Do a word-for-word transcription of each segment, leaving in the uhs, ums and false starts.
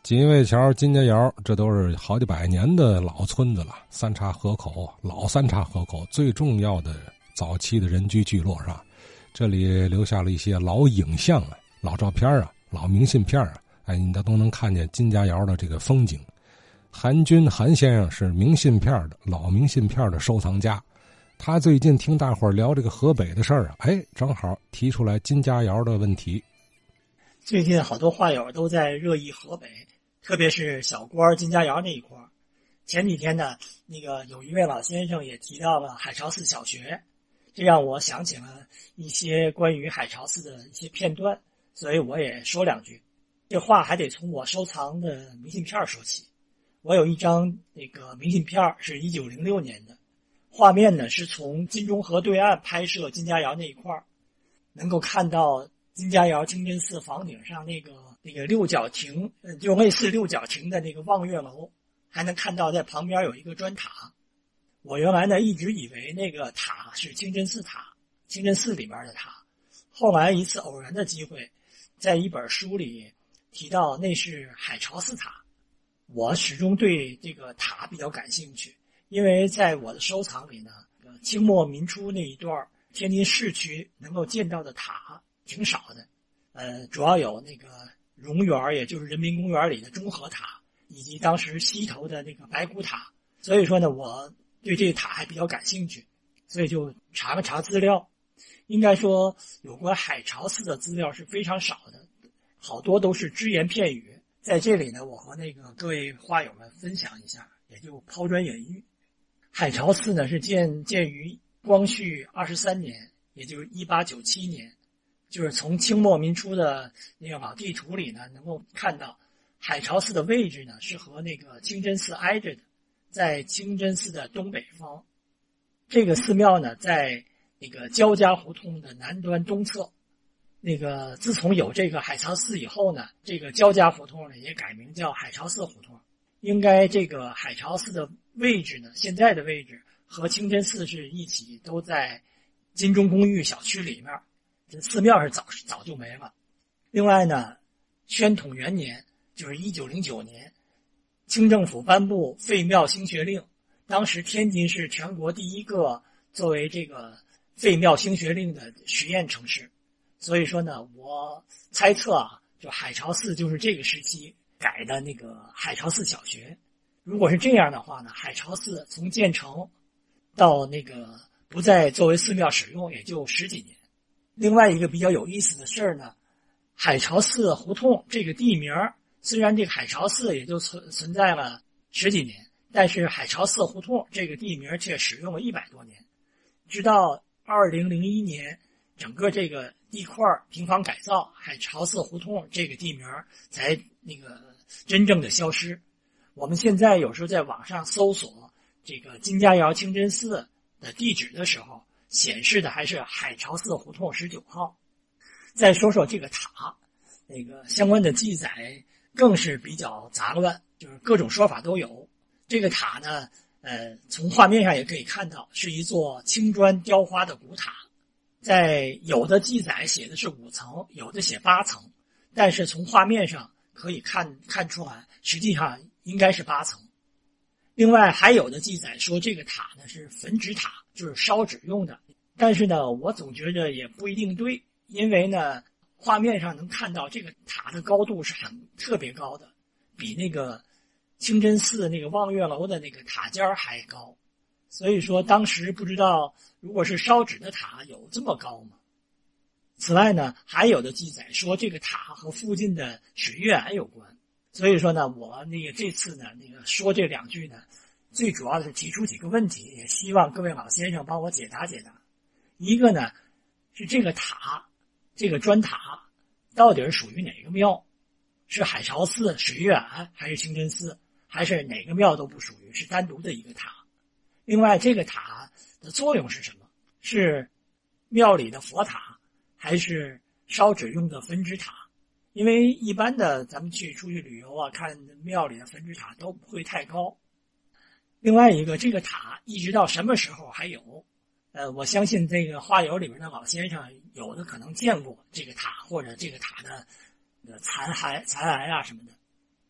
锦卫桥、金家窑，这都是好几百年的老村子了。三岔河口，老三岔河口最重要的早期的人居聚落上，这里留下了一些老影像啊、老照片啊、老明信片啊，哎，你都能看见金家窑的这个风景。韩军韩先生是明信片的老明信片的收藏家，他最近听大伙聊这个河北的事儿啊，哎，正好提出来金家窑的问题。 最近好多话友都在热议河北，特别是小官金家窑那一块。前几天呢，那个有一位老先生也提到了海潮寺小学，这让我想起了一些关于海潮寺的一些片段，所以我也说两句。这话还得从我收藏的明信片说起。我有一张那个明信片是一九零六年的，画面呢是从金钟河对岸拍摄金家窑那一块，能够看到金家窑清真寺房顶上那个那个六角亭，就类似六角亭的那个望月楼，还能看到在旁边有一个砖塔。我原来呢一直以为那个塔是清真寺塔，清真寺里边的塔。后来一次偶然的机会，在一本书里提到那是海潮寺塔。我始终对这个塔比较感兴趣，因为在我的收藏里呢，清末民初那一段天津市区能够见到的塔挺少的，呃，主要有那个荣园，也就是人民公园里的中和塔，以及当时西头的那个白虎塔。所以说呢，我对这个塔还比较感兴趣，所以就查了查资料。应该说，有关海潮寺的资料是非常少的，好多都是只言片语。在这里呢，我和那个各位花友们分享一下，也就抛砖引玉。海潮寺呢是建建于光绪二十三年，也就是一八九七年。就是从清末民初的那个老地图里呢，能够看到海潮寺的位置呢是和那个清真寺挨着的，在清真寺的东北方。这个寺庙呢在那个焦家胡同的南端东侧。那个自从有这个海潮寺以后呢，这个焦家胡同呢也改名叫海潮寺胡同。应该这个海潮寺的位置呢，现在的位置和清真寺是一起都在金钟公寓小区里面。这寺庙是早早就没了。另外呢，宣统元年，就是一九零九年，清政府颁布废庙兴学令，当时天津是全国第一个作为这个废庙兴学令的实验城市。所以说呢，我猜测啊，就海潮寺就是这个时期改的那个海潮寺小学。如果是这样的话呢，海潮寺从建成到那个不再作为寺庙使用也就十几年。另外一个比较有意思的事儿呢，海潮寺胡同这个地名，虽然这个海潮寺也就存存在了十几年，但是海潮寺胡同这个地名却使用了一百多年，直到二零零一年，整个这个地块平房改造，海潮寺胡同这个地名才那个真正的消失。我们现在有时候在网上搜索这个金家窑清真寺的地址的时候，显示的还是海潮寺胡同十九号。再说说这个塔，那个相关的记载更是比较杂乱，就是各种说法都有。这个塔呢，呃，从画面上也可以看到，是一座青砖雕花的古塔。在有的记载写的是五层，有的写八层，但是从画面上可以看看出来，实际上应该是八层。另外还有的记载说这个塔呢是焚纸塔，就是烧纸用的，但是呢我总觉得也不一定对，因为呢画面上能看到这个塔的高度是很特别高的，比那个清真寺那个望月楼的那个塔尖还高。所以说当时不知道如果是烧纸的塔有这么高吗？此外呢，还有的记载说这个塔和附近的水月庵有关。所以说呢，我那个这次呢，那个说这两句呢，最主要的是提出几个问题，也希望各位老先生帮我解答解答。一个呢，是这个塔，这个砖塔到底是属于哪个庙？是海潮寺、水月庵，还是清真寺，还是哪个庙都不属于，是单独的一个塔？另外，这个塔的作用是什么？是庙里的佛塔，还是烧纸用的焚纸塔？因为一般的咱们去出去旅游啊，看庙里的焚纸塔都不会太高。另外一个，这个塔一直到什么时候还有？呃，我相信这个花友里面的老先生有的可能见过这个塔，或者这个塔的呃残骸、残骸啊什么的。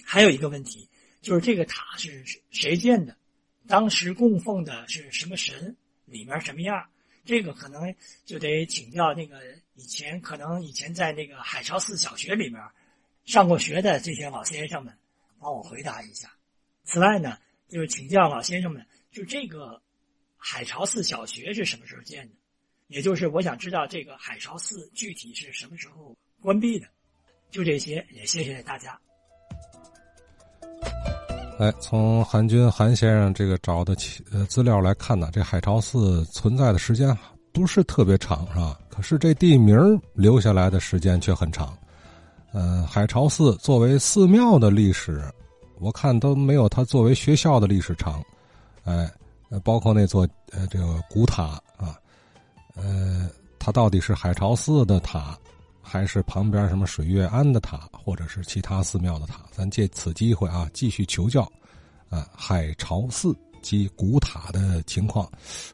还有一个问题就是这个塔是谁建的，当时供奉的是什么神，里面什么样，这个可能就得请教那个以前可能以前在那个海潮寺小学里面上过学的这些老先生们帮我回答一下。此外呢，就是请教老先生们，就这个海潮寺小学是什么时候建的，也就是我想知道这个海潮寺具体是什么时候关闭的。就这些，也谢谢大家。 哎，从韩军韩先生这个找的呃资料来看呢，这海潮寺存在的时间不是特别长，是吧？可是这地名留下来的时间却很长。呃，海潮寺作为寺庙的历史，我看都没有它作为学校的历史长。哎，呃，包括那座呃这个古塔啊，呃，它到底是海潮寺的塔，还是旁边什么水月庵的塔，或者是其他寺庙的塔？咱借此机会啊，继续求教啊，海潮寺及古塔的情况。